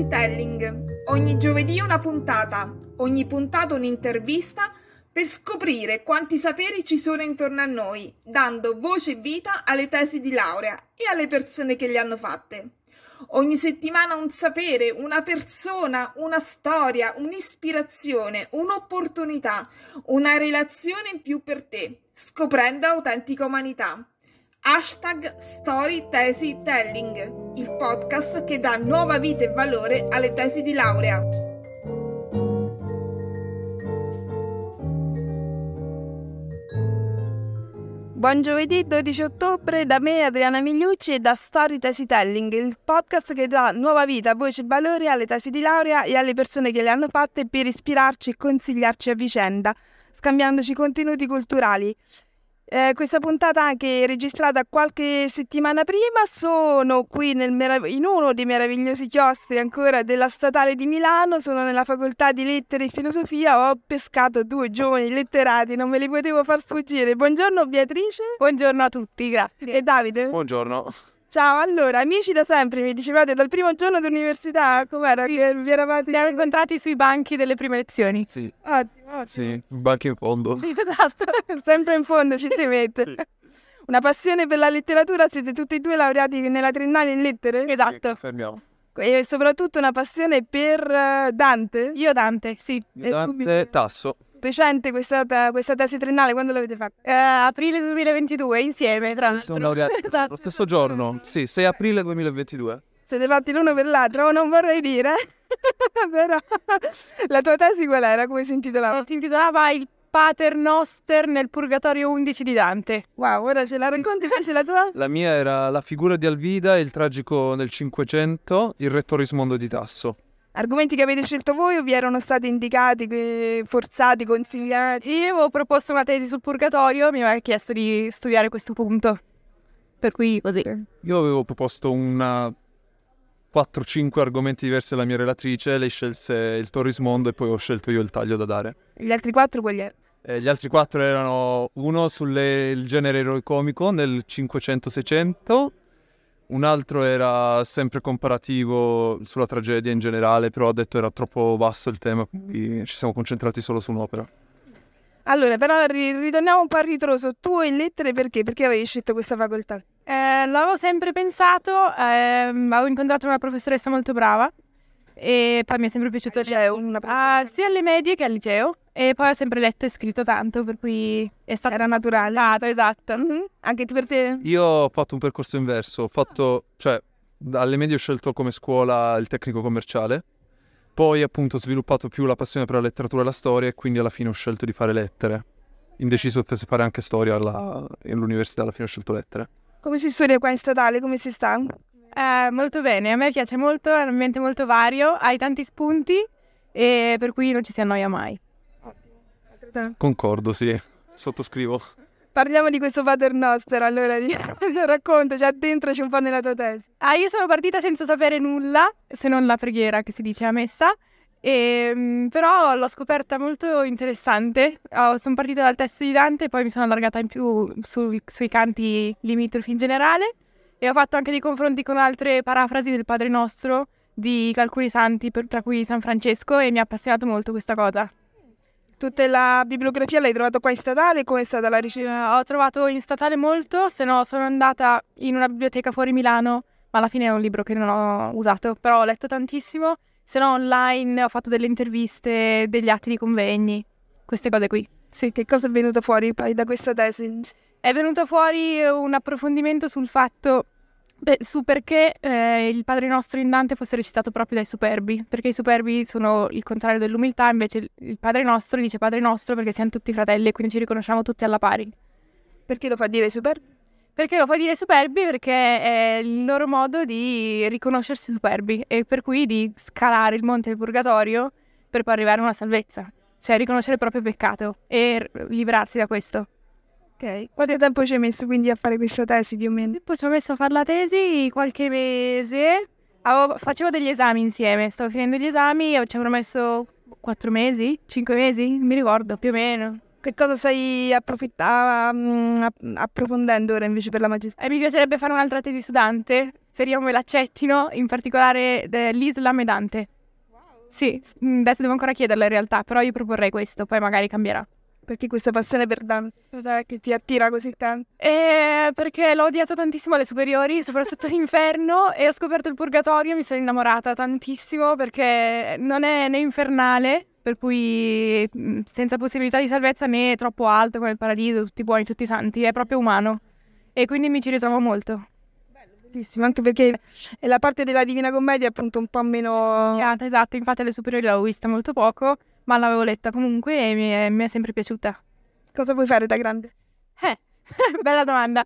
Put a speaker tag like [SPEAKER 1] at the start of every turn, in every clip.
[SPEAKER 1] Storytelling. Ogni giovedì una puntata, ogni puntata un'intervista per scoprire quanti saperi ci sono intorno a noi, dando voce e vita alle tesi di laurea e alle persone che le hanno fatte. Ogni settimana un sapere, una persona, una storia, un'ispirazione, un'opportunità, una relazione in più per te, scoprendo autentica umanità. #StoryTesiTelling, il podcast che dà nuova vita e valore alle tesi di laurea. Buon giovedì 12 ottobre da me Adriana Migliucci e da Storytelling, il podcast che dà nuova vita, voce e valore alle tesi di laurea e alle persone che le hanno fatte per ispirarci e consigliarci a vicenda, scambiandoci contenuti culturali. Questa puntata, anche registrata qualche settimana prima, sono qui in uno dei meravigliosi chiostri ancora della Statale di Milano. Sono nella facoltà di Lettere e Filosofia. Ho pescato due giovani letterati, non me li potevo far sfuggire. Buongiorno Beatrice.
[SPEAKER 2] Buongiorno a tutti, grazie.
[SPEAKER 1] E Davide.
[SPEAKER 3] Buongiorno.
[SPEAKER 1] Ciao, allora, amici da sempre, mi dicevate dal primo giorno di università, com'era che vi eravate?
[SPEAKER 2] Ci siamo incontrati sui banchi delle prime lezioni.
[SPEAKER 3] Sì.
[SPEAKER 1] Ottimo.
[SPEAKER 3] Sì, banchi in fondo.
[SPEAKER 2] Sì, esatto.
[SPEAKER 1] Sempre in fondo ci si mette.
[SPEAKER 3] Sì.
[SPEAKER 1] Una passione per la letteratura, siete tutti e due laureati nella triennale in lettere?
[SPEAKER 2] Esatto.
[SPEAKER 3] Fermiamo.
[SPEAKER 1] E soprattutto una passione per Dante?
[SPEAKER 2] Io Dante, sì.
[SPEAKER 3] Dante Tasso.
[SPEAKER 1] Recente questa tesi triennale, quando l'avete fatta?
[SPEAKER 2] Aprile 2022, insieme, tra l'altro.
[SPEAKER 3] Siamo laureati
[SPEAKER 2] Esatto.
[SPEAKER 3] lo stesso giorno. Sì, 6 aprile 2022.
[SPEAKER 1] Siete fatti l'uno per l'altro, non vorrei dire. Però la tua tesi qual era? Come si intitolava?
[SPEAKER 2] Si intitolava Il Pater Noster nel Purgatorio 11 di Dante.
[SPEAKER 1] Wow, ora ce la racconti invece la tua?
[SPEAKER 3] La mia era La figura di Alvida, il tragico nel Cinquecento, il re Torismondo di Tasso.
[SPEAKER 1] Argomenti che avete scelto voi o vi erano stati indicati, forzati, consigliati?
[SPEAKER 2] Io avevo proposto una tesi sul Purgatorio, mi aveva chiesto di studiare questo punto. Per cui così.
[SPEAKER 3] Io avevo proposto 4-5 argomenti diversi alla mia relatrice, lei scelse il Torismondo e poi ho scelto io il taglio da dare.
[SPEAKER 1] Gli altri 4 quali erano?
[SPEAKER 3] Gli altri 4 erano uno sul genere eroicomico nel 500-600, un altro era sempre comparativo sulla tragedia in generale, però ho detto era troppo vasto il tema, quindi ci siamo concentrati solo su un'opera.
[SPEAKER 1] Allora, però ritorniamo un po' a ritroso. Tu in lettere perché? Perché avevi scelto questa facoltà?
[SPEAKER 2] L'avevo sempre pensato, avevo incontrato una professoressa molto brava e poi mi è sempre piaciuto
[SPEAKER 1] sia
[SPEAKER 2] alle medie che al liceo, e poi ho sempre letto e scritto tanto, per cui
[SPEAKER 1] era naturale.
[SPEAKER 2] Esatto.
[SPEAKER 1] Mm-hmm. Anche per te?
[SPEAKER 3] Io ho fatto un percorso inverso, alle medie ho scelto come scuola il tecnico commerciale, poi appunto ho sviluppato più la passione per la letteratura e la storia e quindi alla fine ho scelto di fare lettere. Indeciso se fare anche storia all'università, alla fine ho scelto lettere.
[SPEAKER 1] Come si studia qua in statale? Come si sta?
[SPEAKER 2] Molto bene, a me piace molto, è un ambiente molto vario, hai tanti spunti e per cui non ci si annoia mai.
[SPEAKER 3] Concordo, sì, sottoscrivo.
[SPEAKER 1] Parliamo di questo Pater Noster, allora racconta, già dentro c'è un po' nella tua tesi.
[SPEAKER 2] Io sono partita senza sapere nulla, se non la preghiera che si dice a messa, però l'ho scoperta molto interessante. Sono partita dal testo di Dante e poi mi sono allargata in più sui canti limitrofi in generale e ho fatto anche dei confronti con altre parafrasi del Padre Nostro di alcuni santi, tra cui San Francesco, e mi ha appassionato molto questa cosa.
[SPEAKER 1] Tutta la bibliografia l'hai trovato qua in statale? Come è stata la ricerca?
[SPEAKER 2] Ho trovato in statale molto, se no sono andata in una biblioteca fuori Milano, ma alla fine è un libro che non ho usato, però ho letto tantissimo, se no online ho fatto delle interviste, degli atti di convegni, queste cose qui.
[SPEAKER 1] Sì, che cosa è venuto fuori poi da questa tesi?
[SPEAKER 2] È venuto fuori un approfondimento sul fatto, su perché il Padre Nostro in Dante fosse recitato proprio dai superbi, perché i superbi sono il contrario dell'umiltà, invece il Padre Nostro dice Padre Nostro perché siamo tutti fratelli e quindi ci riconosciamo tutti alla pari.
[SPEAKER 1] Perché lo fa dire ai superbi?
[SPEAKER 2] Perché lo fa dire ai superbi? Perché è il loro modo di riconoscersi superbi e per cui di scalare il monte del purgatorio per poi arrivare a una salvezza, cioè riconoscere il proprio peccato e liberarsi da questo.
[SPEAKER 1] Ok, quanto tempo ci hai messo quindi a fare questa tesi più o meno?
[SPEAKER 2] Poi ci ho messo a fare la tesi qualche mese, facevo degli esami insieme, stavo finendo gli esami e ci avrò messo 4 mesi, 5 mesi, non mi ricordo, più o meno.
[SPEAKER 1] Che cosa stai approfondendo ora invece per la magistrale?
[SPEAKER 2] Mi piacerebbe fare un'altra tesi su Dante, speriamo me l'accettino, in particolare dell'Islam e Dante. Wow. Sì, adesso devo ancora chiederla in realtà, però io proporrei questo, poi magari cambierà.
[SPEAKER 1] Perché questa passione per Dante? Cosa che ti attira così tanto?
[SPEAKER 2] Perché l'ho odiato tantissimo alle superiori, soprattutto l'inferno, e ho scoperto il purgatorio e mi sono innamorata tantissimo perché non è né infernale, per cui senza possibilità di salvezza, né troppo alto come il paradiso, tutti buoni, tutti santi, è proprio umano e quindi mi ci ritrovo molto.
[SPEAKER 1] Bellissimo, anche perché è la parte della Divina Commedia appunto un po' meno...
[SPEAKER 2] Esatto, infatti alle superiori l'avevo vista molto poco, ma l'avevo letta comunque e mi è sempre piaciuta.
[SPEAKER 1] Cosa vuoi fare da grande?
[SPEAKER 2] Bella domanda.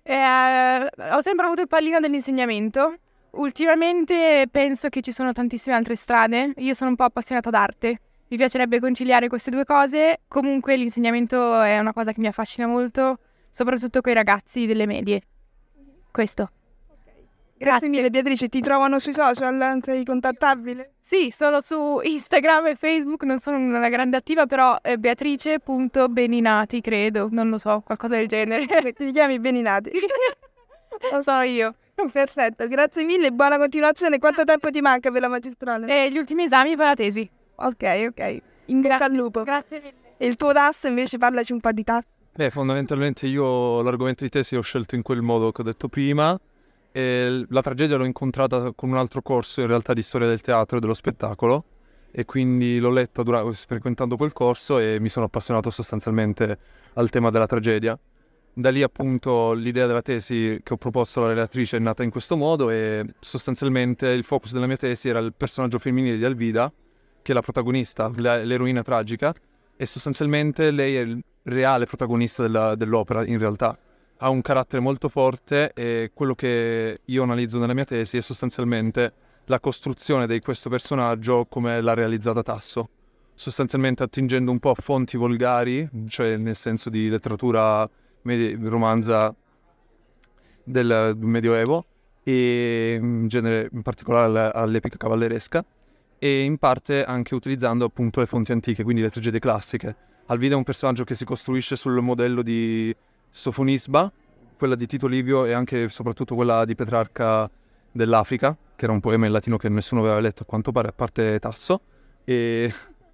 [SPEAKER 2] Ho sempre avuto il pallino dell'insegnamento. Ultimamente penso che ci sono tantissime altre strade. Io sono un po' appassionata d'arte. Mi piacerebbe conciliare queste due cose. Comunque l'insegnamento è una cosa che mi affascina molto, soprattutto con i ragazzi delle medie. Questo.
[SPEAKER 1] Grazie mille Beatrice, ti trovano sui social? Sei contattabile?
[SPEAKER 2] Sì, sono su Instagram e Facebook, non sono una grande attiva, però beatrice.beninati, credo, non lo so, qualcosa del genere.
[SPEAKER 1] Ti chiami Beninati?
[SPEAKER 2] Lo so io.
[SPEAKER 1] Perfetto, grazie mille, buona continuazione. Quanto tempo ti manca per la magistrale?
[SPEAKER 2] Gli ultimi esami per la tesi.
[SPEAKER 1] Ok. In bocca al lupo.
[SPEAKER 2] Grazie mille.
[SPEAKER 1] E il tuo tasso invece, parlaci un po' di tasso.
[SPEAKER 3] Fondamentalmente io l'argomento di tesi ho scelto in quel modo che ho detto prima. E la tragedia l'ho incontrata con un altro corso in realtà di storia del teatro e dello spettacolo e quindi l'ho letta frequentando quel corso e mi sono appassionato sostanzialmente al tema della tragedia. Da lì appunto l'idea della tesi che ho proposto alla relatrice è nata in questo modo e sostanzialmente il focus della mia tesi era il personaggio femminile di Alvida, che è la protagonista, l'eroina tragica, e sostanzialmente lei è il reale protagonista dell'opera in realtà. Ha un carattere molto forte e quello che io analizzo nella mia tesi è sostanzialmente la costruzione di questo personaggio come l'ha realizzata Tasso, sostanzialmente attingendo un po' a fonti volgari, cioè nel senso di letteratura romanza del Medioevo e in genere in particolare all'epica cavalleresca e in parte anche utilizzando appunto le fonti antiche, quindi le tragedie classiche. Alvida è un personaggio che si costruisce sul modello di Sofonisba, quella di Tito Livio e anche e soprattutto quella di Petrarca dell'Africa, che era un poema in latino che nessuno aveva letto a quanto pare, a parte Tasso, e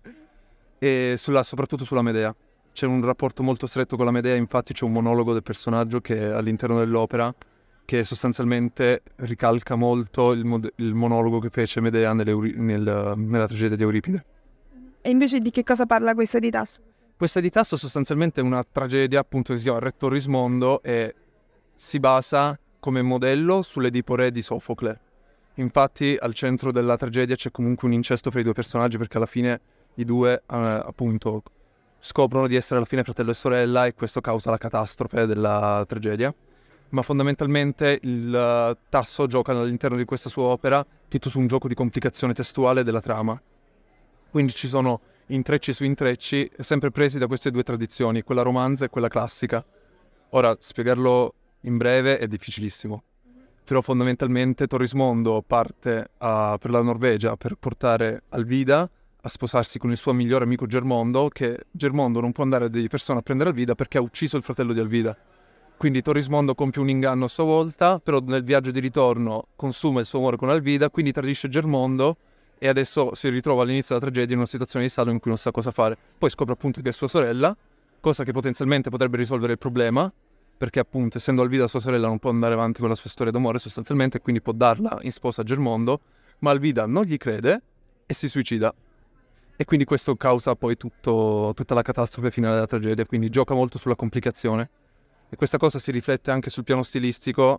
[SPEAKER 3] soprattutto sulla Medea. C'è un rapporto molto stretto con la Medea, infatti c'è un monologo del personaggio che è all'interno dell'opera che sostanzialmente ricalca molto il monologo che fece Medea nella tragedia di Euripide.
[SPEAKER 1] E invece di che cosa parla questa di Tasso?
[SPEAKER 3] Questa di Tasso sostanzialmente è una tragedia appunto che si chiama Re Torrismondo e si basa come modello sull'Edipo Re di Sofocle. Infatti al centro della tragedia c'è comunque un incesto fra i due personaggi perché alla fine i due appunto scoprono di essere alla fine fratello e sorella e questo causa la catastrofe della tragedia. Ma fondamentalmente il Tasso gioca all'interno di questa sua opera tutto su un gioco di complicazione testuale della trama. Quindi ci sono intrecci su intrecci, sempre presi da queste due tradizioni, quella romanza e quella classica. Ora, spiegarlo in breve è difficilissimo, però fondamentalmente Torrismondo parte per la Norvegia per portare Alvida a sposarsi con il suo migliore amico Germondo, che Germondo non può andare di persona a prendere Alvida perché ha ucciso il fratello di Alvida. Quindi Torrismondo compie un inganno a sua volta, però nel viaggio di ritorno consuma il suo amore con Alvida, quindi tradisce Germondo e adesso si ritrova all'inizio della tragedia in una situazione di stallo in cui non sa cosa fare. Poi scopre appunto che è sua sorella, cosa che potenzialmente potrebbe risolvere il problema, perché appunto essendo Alvida sua sorella non può andare avanti con la sua storia d'amore sostanzialmente, quindi può darla in sposa a Germondo, ma Alvida non gli crede e si suicida. E quindi questo causa poi tutta la catastrofe finale della tragedia, quindi gioca molto sulla complicazione. E questa cosa si riflette anche sul piano stilistico,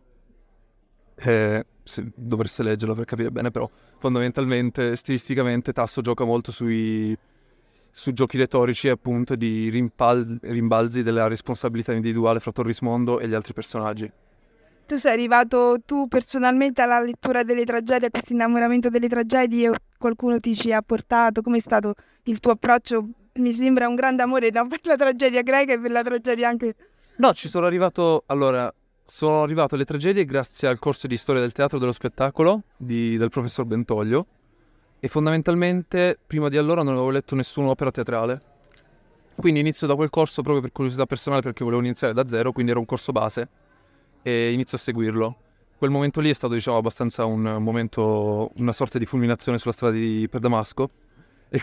[SPEAKER 3] dovreste leggerlo per capire bene, però fondamentalmente, stilisticamente, Tasso gioca molto su giochi retorici e appunto di rimbalzi della responsabilità individuale fra Torrismondo e gli altri personaggi.
[SPEAKER 1] Tu sei arrivato personalmente alla lettura delle tragedie, a questo innamoramento delle tragedie, o qualcuno ti ci ha portato? Com'è stato il tuo approccio? Mi sembra un grande amore per la tragedia greca e per la tragedia anche...
[SPEAKER 3] No, sono arrivato alle tragedie grazie al corso di storia del teatro e dello spettacolo del professor Bentoglio e fondamentalmente prima di allora non avevo letto nessun'opera teatrale. Quindi inizio da quel corso proprio per curiosità personale, perché volevo iniziare da zero, quindi era un corso base e inizio a seguirlo. Quel momento lì è stato, diciamo, abbastanza un momento, una sorta di fulminazione sulla strada per Damasco, e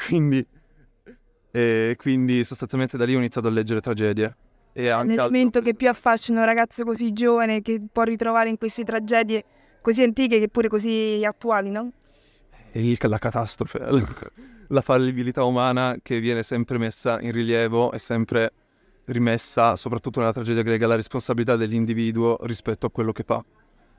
[SPEAKER 3] quindi sostanzialmente da lì ho iniziato a leggere tragedie. E anche
[SPEAKER 1] L'elemento che più affascina un ragazzo così giovane, che può ritrovare in queste tragedie così antiche che pure così attuali, no?
[SPEAKER 3] la catastrofe, la fallibilità umana che viene sempre messa in rilievo e sempre rimessa, soprattutto nella tragedia greca, la responsabilità dell'individuo rispetto a quello che fa.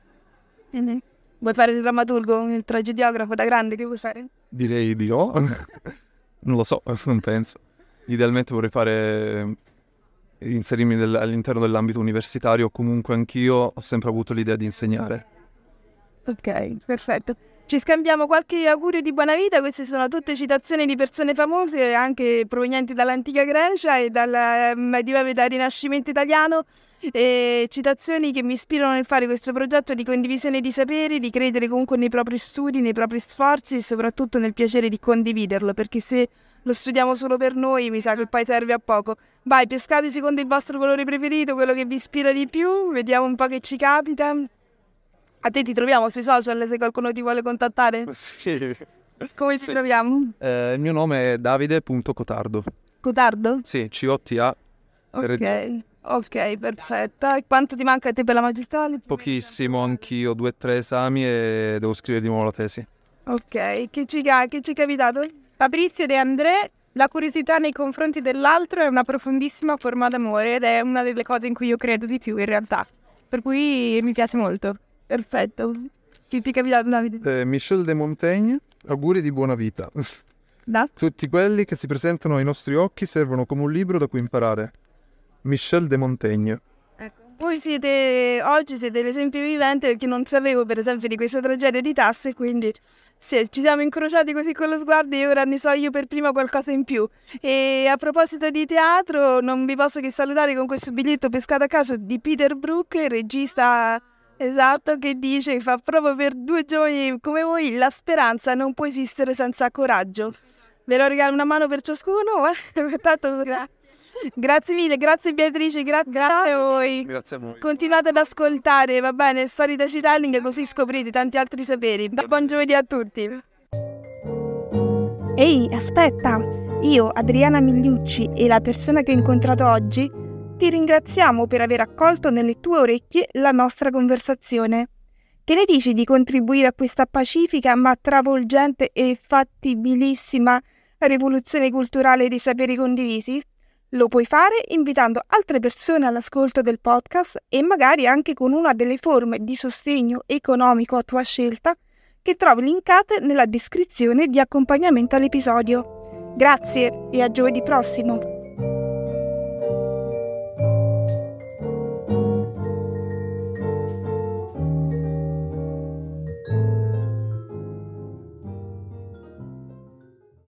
[SPEAKER 1] Vuoi fare il drammaturgo, il tragediografo da grande, che vuoi fare?
[SPEAKER 3] Direi di no, non lo so, non penso. Idealmente vorrei inserirmi all'interno dell'ambito universitario, comunque anch'io ho sempre avuto l'idea di insegnare.
[SPEAKER 1] Ok, perfetto. Ci scambiamo qualche augurio di buona vita. Queste sono tutte citazioni di persone famose, anche provenienti dall'antica Grecia e dal Medioevo e dal Rinascimento italiano, e citazioni che mi ispirano nel fare questo progetto di condivisione di saperi, di credere comunque nei propri studi, nei propri sforzi e soprattutto nel piacere di condividerlo, perché se lo studiamo solo per noi mi sa che poi serve a poco. Vai, pescate secondo il vostro colore preferito, quello che vi ispira di più, vediamo un po' che ci capita. A te ti troviamo sui social se qualcuno ti vuole contattare?
[SPEAKER 3] Sì.
[SPEAKER 1] Come ci troviamo?
[SPEAKER 3] Il mio nome è Davide.Cotardo.
[SPEAKER 1] Cotardo?
[SPEAKER 3] Sì, COTA.
[SPEAKER 1] Ok, perfetto. E quanto ti manca a te per la magistrale?
[SPEAKER 3] Pochissimo, anch'io, 2 o 3 esami e devo scrivere di nuovo la tesi.
[SPEAKER 1] Ok, che ci è capitato?
[SPEAKER 2] Fabrizio De André, la curiosità nei confronti dell'altro è una profondissima forma d'amore ed è una delle cose in cui io credo di più in realtà, per cui mi piace molto.
[SPEAKER 1] Perfetto. Che ti è capitato, Davide?
[SPEAKER 4] Michel de Montaigne, auguri di buona vita.
[SPEAKER 1] Da?
[SPEAKER 4] Tutti quelli che si presentano ai nostri occhi servono come un libro da cui imparare. Michel de Montaigne.
[SPEAKER 1] Ecco. Voi oggi siete l'esempio vivente, perché non sapevo per esempio di questa tragedia di Tasso, e quindi sì, ci siamo incrociati così con lo sguardo e ora ne so io per prima qualcosa in più. E a proposito di teatro, non vi posso che salutare con questo biglietto pescato a caso di Peter Brook, il regista esatto, che dice, fa proprio per 2 giovani come voi, la speranza non può esistere senza coraggio. Ve lo regalo, una mano per ciascuno. Grazie mille, grazie Beatrice, grazie
[SPEAKER 2] a voi.
[SPEAKER 3] Grazie a voi.
[SPEAKER 1] Continuate ad ascoltare, va bene, Storie da Storytelling, così scoprite tanti altri saperi. Buon giovedì a tutti. Ehi, aspetta! Io, Adriana Migliucci, e la persona che ho incontrato oggi ti ringraziamo per aver accolto nelle tue orecchie la nostra conversazione. Che ne dici di contribuire a questa pacifica ma travolgente e fattibilissima rivoluzione culturale dei saperi condivisi? Lo puoi fare invitando altre persone all'ascolto del podcast e magari anche con una delle forme di sostegno economico a tua scelta che trovi linkate nella descrizione di accompagnamento all'episodio. Grazie e a giovedì prossimo!